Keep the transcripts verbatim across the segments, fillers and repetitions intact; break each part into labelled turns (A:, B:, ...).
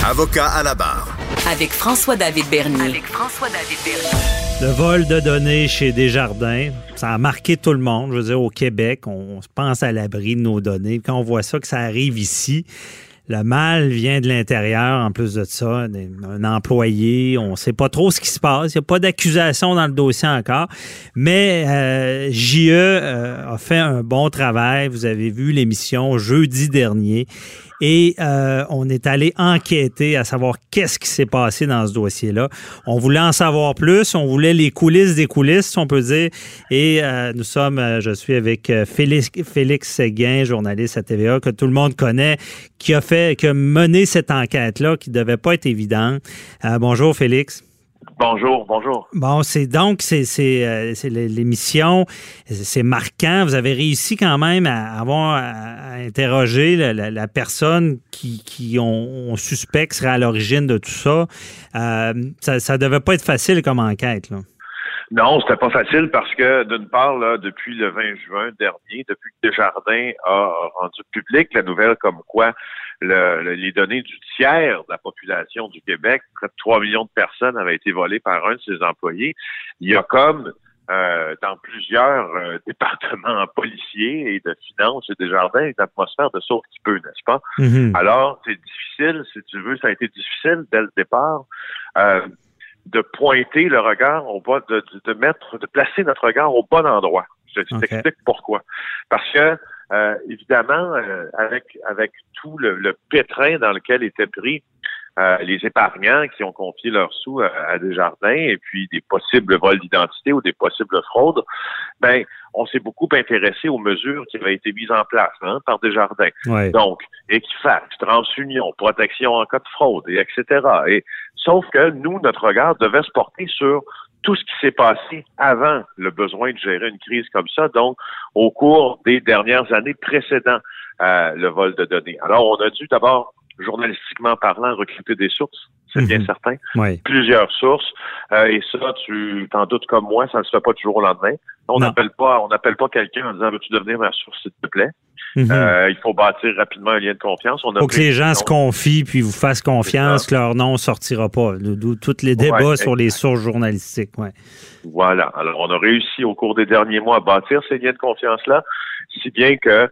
A: Avocat à la barre.
B: Avec François-David Bernier.
C: Avec François-David Bernier.
D: Le vol de données chez Desjardins, ça a marqué tout le monde. Je veux dire, au Québec, on, on se pense à l'abri de nos données. Quand on voit ça, que ça arrive ici, le mal vient de l'intérieur, en plus de ça, un employé, on ne sait pas trop ce qui se passe. Il n'y a pas d'accusation dans le dossier encore. Mais euh, J E euh, a fait un bon travail. Vous avez vu l'émission jeudi dernier. Et euh, on est allé enquêter à savoir qu'est-ce qui s'est passé dans ce dossier-là. On voulait en savoir plus. On voulait les coulisses des coulisses, si on peut dire. Et euh, nous sommes, euh, je suis avec euh, Félix, Félix Séguin, journaliste à T V A, que tout le monde connaît, qui a fait, qui a mené cette enquête-là, qui ne devait pas être évidente. Euh, bonjour, Félix.
E: Bonjour, bonjour.
D: Bon, c'est donc, c'est, c'est, euh, c'est l'émission, c'est marquant. Vous avez réussi quand même à avoir à interroger la, la, la personne qui, qui on, on suspecte serait à l'origine de tout ça. Euh, ça. Ça devait pas être facile comme enquête, là.
E: Non, c'était pas facile parce que, d'une part, là, depuis le vingt juin dernier, depuis que Desjardins a rendu public la nouvelle comme quoi le, le, les données du tiers de la population du Québec, près de trois millions de personnes, avaient été volées par un de ses employés, il y a comme euh, dans plusieurs euh, départements policiers et de finances chez Desjardins une atmosphère de sauve qui peut, n'est-ce pas? Mm-hmm. Alors, c'est difficile, si tu veux, ça a été difficile dès le départ. Euh, de pointer le regard au bas, de, de, de mettre, de placer notre regard au bon endroit. Je t'explique okay. pourquoi. Parce que, euh, évidemment, euh, avec avec tout le, le pétrin dans lequel étaient pris euh, les épargnants qui ont confié leurs sous à, à Desjardins et puis des possibles vols d'identité ou des possibles fraudes, ben on s'est beaucoup intéressé aux mesures qui avaient été mises en place hein, par Desjardins. Ouais. Donc, Equifax, TransUnion, protection en cas de fraude, et etc. Et sauf que nous, notre regard devait se porter sur tout ce qui s'est passé avant le besoin de gérer une crise comme ça, donc au cours des dernières années précédant euh, le vol de données. Alors, on a dû d'abord, journalistiquement parlant, recruter des sources, c'est mm-hmm. bien certain. Oui. Plusieurs sources. Euh, et ça, tu t'en doutes comme moi, ça ne se fait pas du jour au lendemain. On n'appelle pas, on n'appelle pas quelqu'un en disant veux-tu devenir ma source, s'il te plaît. Mm-hmm. Euh, il faut bâtir rapidement un lien de confiance. Il
D: faut que les gens se confient puis vous fassent confiance que leur nom ne sortira pas. D'où tous les débats ouais, sur les sources journalistiques. Ouais.
E: Voilà. Alors, on a réussi au cours des derniers mois à bâtir ces liens de confiance-là, si bien que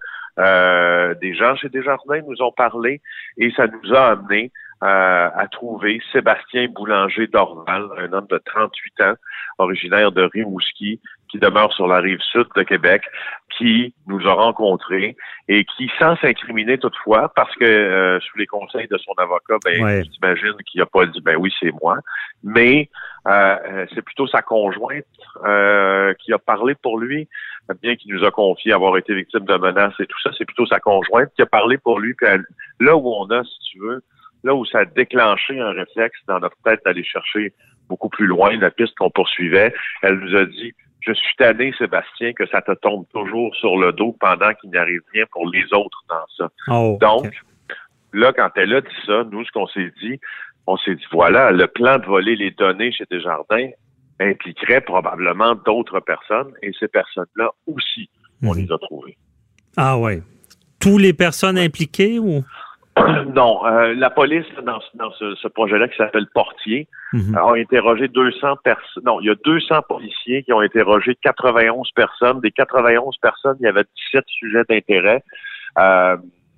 E: euh, des gens chez Desjardins nous ont parlé et ça nous a amené Euh, à trouver Sébastien Boulanger d'Orval, un homme de trente-huit ans, originaire de Rimouski, qui demeure sur la rive sud de Québec, qui nous a rencontrés et qui, sans s'incriminer toutefois, parce que euh, sous les conseils de son avocat, ben, ouais. j'imagine qu'il n'a pas dit, ben oui, c'est moi, mais euh, c'est plutôt sa conjointe euh, qui a parlé pour lui, bien qu'il nous a confié avoir été victime de menaces et tout ça, c'est plutôt sa conjointe qui a parlé pour lui, puis elle, là où on a, si tu veux, là où ça a déclenché un réflexe dans notre tête d'aller chercher beaucoup plus loin la piste qu'on poursuivait, elle nous a dit « Je suis tanné, Sébastien, que ça te tombe toujours sur le dos pendant qu'il n'y arrive rien pour les autres dans ça. Oh, » Donc, okay. là, quand elle a dit ça, nous, ce qu'on s'est dit, on s'est dit, voilà, le plan de voler les données chez Desjardins impliquerait probablement d'autres personnes et ces personnes-là aussi, on mmh. les a trouvées.
D: Ah ouais. Tous les personnes impliquées ou...
E: Non, euh, la police, dans, dans ce, ce projet-là qui s'appelle Portier, mm-hmm. a interrogé deux cents personnes. Non, il y a deux cents policiers qui ont interrogé quatre-vingt-onze personnes. Des quatre-vingt-onze personnes, il y avait dix-sept sujets d'intérêt. Euh,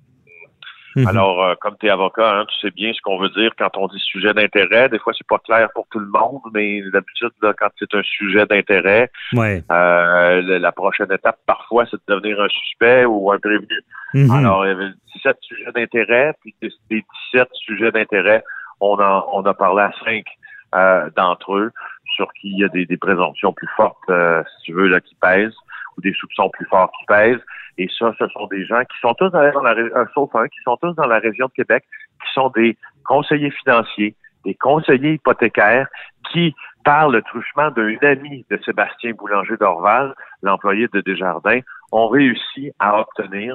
E: mm-hmm. Alors, euh, comme tu es avocat, hein, tu sais bien ce qu'on veut dire quand on dit sujet d'intérêt. Des fois, c'est pas clair pour tout le monde, mais d'habitude, là, quand c'est un sujet d'intérêt, ouais. euh, la, la prochaine étape, parfois, c'est de devenir un suspect ou un prévenu. Mm-hmm. Alors, il y avait dix-sept sujets d'intérêt, puis des dix-sept sujets d'intérêt, on, en, on a parlé à cinq euh, d'entre eux, sur qui il y a des, des présomptions plus fortes, euh, si tu veux, là, qui pèsent, ou des soupçons plus forts qui pèsent. Et ça, ce sont des gens qui sont tous dans la, euh, sauf un, qui sont tous dans la région de Québec, qui sont des conseillers financiers, des conseillers hypothécaires, qui, par le truchement d'un ami de Sébastien Boulanger d'Orval, l'employé de Desjardins, ont réussi à obtenir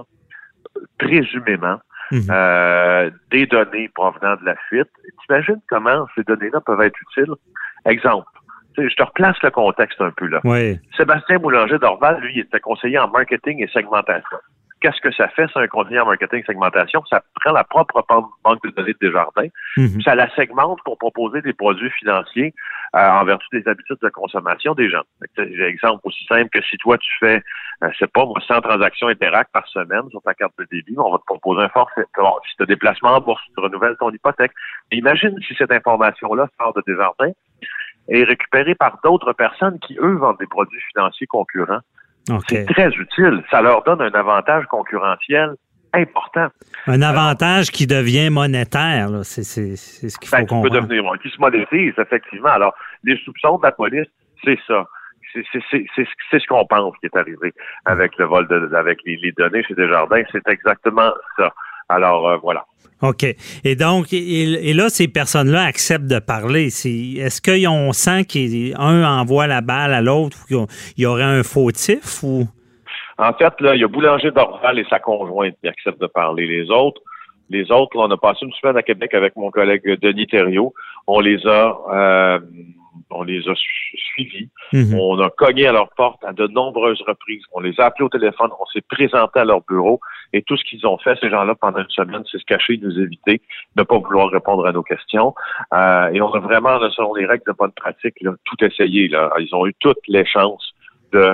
E: présumément mmh. euh, des données provenant de la fuite. T'imagines comment ces données-là peuvent être utiles? Exemple, je te replace le contexte un peu là.
D: Oui.
E: Sébastien Boulanger d'Orval, lui, il était conseiller en marketing et segmentation. qu'est-ce que ça fait, c'est un conseiller en marketing segmentation? Ça prend la propre banque de données de Desjardins, mm-hmm. ça la segmente pour proposer des produits financiers euh, en vertu des habitudes de consommation des gens. J'ai un exemple aussi simple que si toi, tu fais, euh, je sais pas, moi, cent transactions Interac par semaine sur ta carte de débit, on va te proposer un forfait. Bon, si tu as des placements en bourse, tu renouvelles ton hypothèque. Mais imagine si cette information-là sort de Desjardins et est récupérée par d'autres personnes qui, eux, vendent des produits financiers concurrents. Okay. C'est très utile. Ça leur donne un avantage concurrentiel important.
D: Un avantage Alors, qui devient monétaire, là. C'est, c'est, c'est ce qu'il faut ben, comprendre.
E: Qui peut devenir, qui se monétise, effectivement. Alors, les soupçons de la police, c'est ça. C'est, c'est, c'est, c'est, c'est ce qu'on pense qui est arrivé avec le vol de, avec les, les données chez Desjardins. C'est exactement ça. Alors, euh, voilà.
D: OK. Et donc, et, et là, ces personnes-là acceptent de parler. C'est, est-ce qu'on sent qu'un envoie la balle à l'autre ou qu'il y aurait un fautif ou?
E: En fait, là, il y a Boulanger Dorval et sa conjointe qui acceptent de parler. Les autres, les autres, là, on a passé une semaine à Québec avec mon collègue Denis Thériault. On les a, euh, on les a su- suivis. Mm-hmm. On a cogné à leur porte à de nombreuses reprises. On les a appelés au téléphone. On s'est présenté à leur bureau. Et tout ce qu'ils ont fait, ces gens-là, pendant une semaine, c'est se cacher, nous éviter, ne pas vouloir répondre à nos questions. Euh, et on a vraiment, là, selon les règles de bonne pratique, là, tout essayé. Là. Ils ont eu toutes les chances de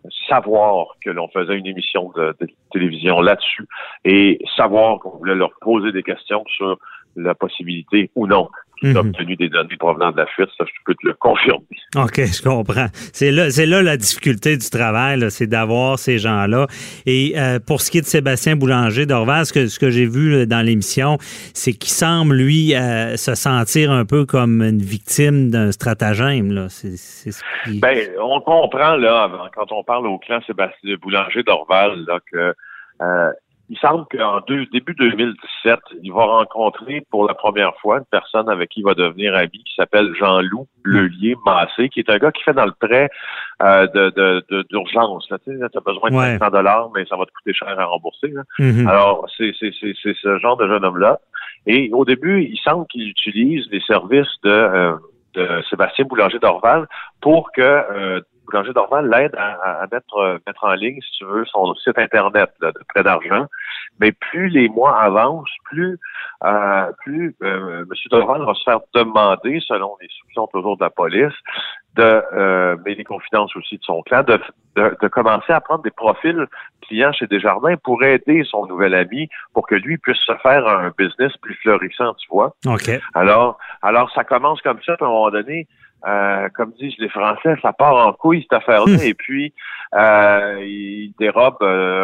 E: savoir que l'on faisait une émission de, de télévision là-dessus et savoir qu'on voulait leur poser des questions sur la possibilité ou non qu'ils mm-hmm. ont obtenu des données provenant de la fuite. Ça, je peux te le confirmer.
D: OK, je comprends. C'est là, c'est là la difficulté du travail, là, c'est d'avoir ces gens-là. Et euh, pour ce qui est de Sébastien Boulanger d'Orval, ce que, ce que j'ai vu là, dans l'émission, c'est qu'il semble, lui, euh, se sentir un peu comme une victime d'un stratagème. Là. C'est, c'est ce qui...
E: Ben, on comprend, là, quand on parle au clan Sébastien Boulanger d'Orval, là, que euh, il semble qu'en deux, début deux mille dix-sept, il va rencontrer pour la première fois une personne avec qui il va devenir ami qui s'appelle Jean-Loup Lelier Massé, qui est un gars qui fait dans le prêt euh, de, de, de, d'urgence. Tu sais, tu as besoin de ouais. cinq cents dollars, mais ça va te coûter cher à rembourser. Là. Mm-hmm. Alors, c'est, c'est, c'est, c'est ce genre de jeune homme-là. Et au début, il semble qu'il utilise les services de, euh, de Sébastien Boulanger d'Orval pour que euh, Boulanger Dorval l'aide à, à mettre, mettre en ligne, si tu veux, son site Internet là, de prêt d'argent. Mais plus les mois avancent, plus euh, plus euh, M. Dorval va se faire demander, selon les soupçons toujours de la police, de euh, mais les confidences aussi de son clan, de, de, de commencer à prendre des profils clients chez Desjardins pour aider son nouvel ami pour que lui puisse se faire un business plus florissant, tu vois.
D: OK.
E: Alors, alors ça commence comme ça, puis à un moment donné, Euh, comme disent les Français, ça part en couille cette affaire-là, et puis euh, il dérobe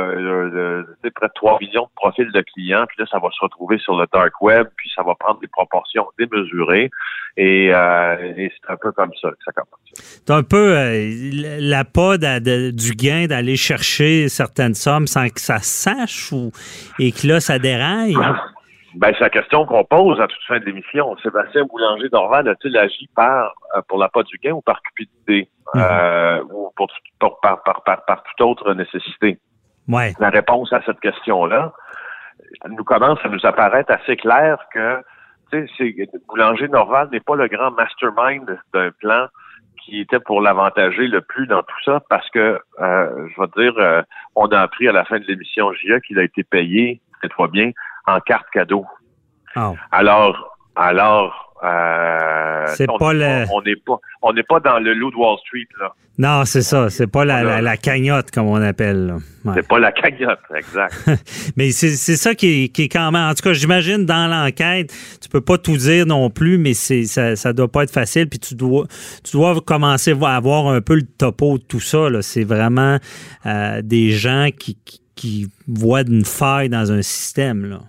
E: euh, euh, près de trois millions de profils de clients, puis là, ça va se retrouver sur le dark web, puis ça va prendre des proportions démesurées, et, euh, et c'est un peu comme ça que ça commence.
D: C'est un peu euh, la pod à, de, du gain d'aller chercher certaines sommes sans que ça sache, ou et que là, ça déraille.
E: Ben, c'est la question qu'on pose à toute fin de l'émission. Sébastien Boulanger d'Orval a-t-il agi par pour l'appât du gain ou par cupidité mm-hmm. euh, ou pour, pour par, par, par, par toute autre nécessité?
D: Ouais.
E: La réponse à cette question-là nous commence à nous apparaître assez clair que tu sais, Boulanger d'Orval n'est pas le grand mastermind d'un plan qui était pour l'avantager le plus dans tout ça, parce que euh, je vais te dire, euh, on a appris à la fin de l'émission J A qu'il a été payé, cette fois bien, en carte cadeau.
D: Oh.
E: Alors, alors, euh,
D: c'est
E: on
D: pas le...
E: on n'est pas, on n'est pas dans le loup de Wall Street là.
D: Non, c'est ça. C'est pas la, la, la cagnotte comme on appelle. Là. Ouais.
E: C'est pas la cagnotte, exact.
D: Mais c'est, c'est ça qui est, qui est quand même. En tout cas, j'imagine dans l'enquête, tu peux pas tout dire non plus, mais c'est ça, ça doit pas être facile. Puis tu dois, tu dois commencer à avoir un peu le topo de tout ça. Là. C'est vraiment euh, des gens qui, qui, qui voient une faille dans un système là.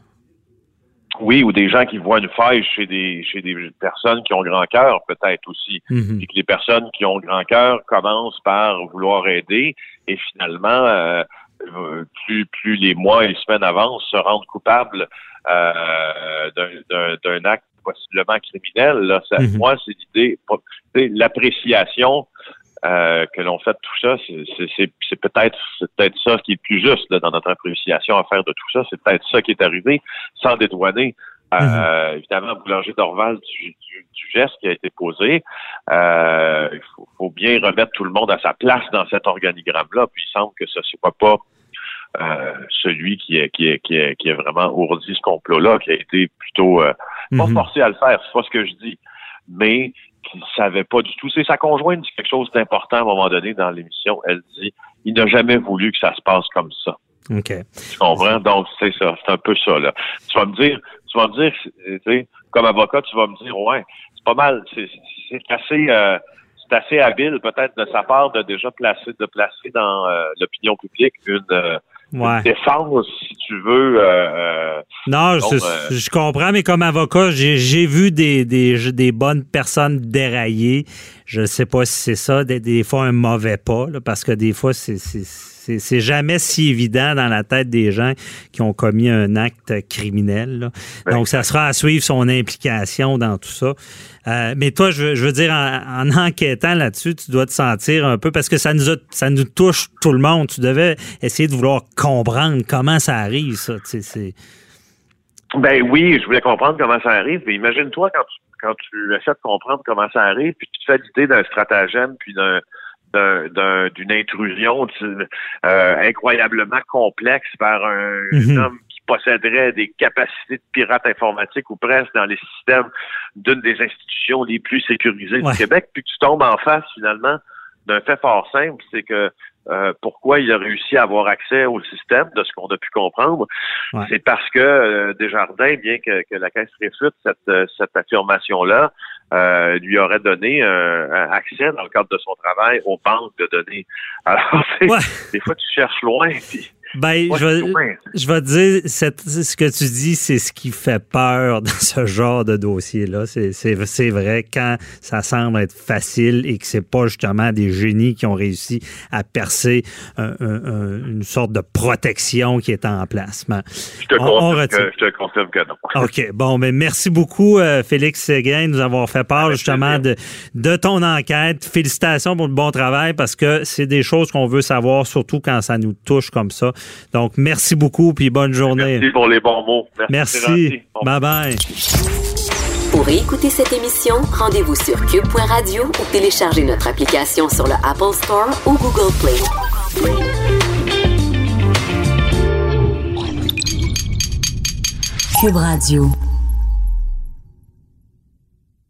E: Oui, ou des gens qui voient une faille chez des chez des personnes qui ont grand cœur, peut-être aussi. Mm-hmm. Puis que les personnes qui ont grand cœur commencent par vouloir aider et finalement, euh, plus plus les mois et les semaines avancent, se rendent coupables euh, d'un, d'un, d'un acte possiblement criminel. Là. Ça, mm-hmm. Moi, c'est l'idée, c'est l'appréciation Euh, que l'on fait de tout ça, c'est, c'est, c'est, c'est peut-être c'est peut-être ça qui est le plus juste là, dans notre appréciation à faire de tout ça. C'est peut-être ça qui est arrivé, sans dédouaner euh, mm-hmm. évidemment Boulanger d'Orval du, du, du geste qui a été posé. Euh, il faut, faut bien remettre tout le monde à sa place dans cet organigramme-là. Puis il semble que ça ne soit pas euh, celui qui est qui est qui est qui a vraiment ourdi ce complot-là, qui a été plutôt euh, pas mm-hmm. forcé à le faire, c'est pas ce que je dis, mais qui ne savait pas du tout. C'est sa conjointe dit quelque chose d'important à un moment donné dans l'émission. Elle dit il n'a jamais voulu que ça se passe comme ça.
D: OK.
E: Tu comprends? Donc, c'est ça. C'est un peu ça, là. Tu vas me dire, tu vas me dire, tu sais, comme avocat, tu vas me dire, ouais, c'est pas mal, c'est, c'est assez, euh, c'est assez habile, peut-être, de sa part, de déjà placer, de placer dans euh, l'opinion publique une, euh,
D: ouais.
E: une défense, si tu veux. Euh,
D: non,
E: donc,
D: je,
E: euh,
D: je comprends, mais comme avocat, j'ai, j'ai vu des, des, des bonnes personnes dérailler. Je ne sais pas si c'est ça, des, des fois un mauvais pas, là, parce que des fois, c'est, c'est, c'est, c'est jamais si évident dans la tête des gens qui ont commis un acte criminel. Là.
E: Oui.
D: Donc, ça sera à suivre son implication dans tout ça. Euh, mais toi, je, je veux dire, en, en enquêtant là-dessus, tu dois te sentir un peu, parce que ça nous a, ça nous touche tout le monde. Tu devais essayer de vouloir comprendre comment ça arrive, ça. Tu sais, c'est...
E: Ben oui, je voulais comprendre comment ça arrive, mais imagine-toi quand tu quand tu essaies de comprendre comment ça arrive, puis tu te fais l'idée d'un stratagème, puis d'un, d'un, d'un d'une intrusion euh, incroyablement complexe par un, mm-hmm. un homme qui posséderait des capacités de pirate informatique ou presque dans les systèmes d'une des institutions les plus sécurisées
D: ouais.
E: du Québec, puis que tu tombes en face finalement d'un fait fort simple, c'est que Euh, pourquoi il a réussi à avoir accès au système, de ce qu'on a pu comprendre, ouais. c'est parce que euh, Desjardins, bien que, que la Caisse réfute cette, euh, cette affirmation-là, euh, lui aurait donné euh, un accès dans le cadre de son travail aux banques de données. Alors, ouais. des fois, tu cherches loin, puis...
D: Ben,
E: ouais,
D: je vais, je vais te dire, c'est, ce que tu dis, c'est ce qui fait peur dans ce genre de dossier-là. C'est, c'est, c'est vrai, quand ça semble être facile et que c'est pas justement des génies qui ont réussi à percer un, un, un, une sorte de protection qui est en place. Ben,
E: je, te on, on que, je te confirme que non.
D: OK. Bon, mais merci beaucoup, euh, Félix Séguin, de nous avoir fait part Avec justement de, de ton enquête. Félicitations pour le bon travail, parce que c'est des choses qu'on veut savoir, surtout quand ça nous touche comme ça. Donc, merci beaucoup, puis bonne journée.
E: Merci pour les bons mots. Merci.
D: Merci. Bye-bye.
B: Pour écouter cette émission, rendez-vous sur cube point radio ou téléchargez notre application sur le Apple Store ou Google Play. Cube Radio.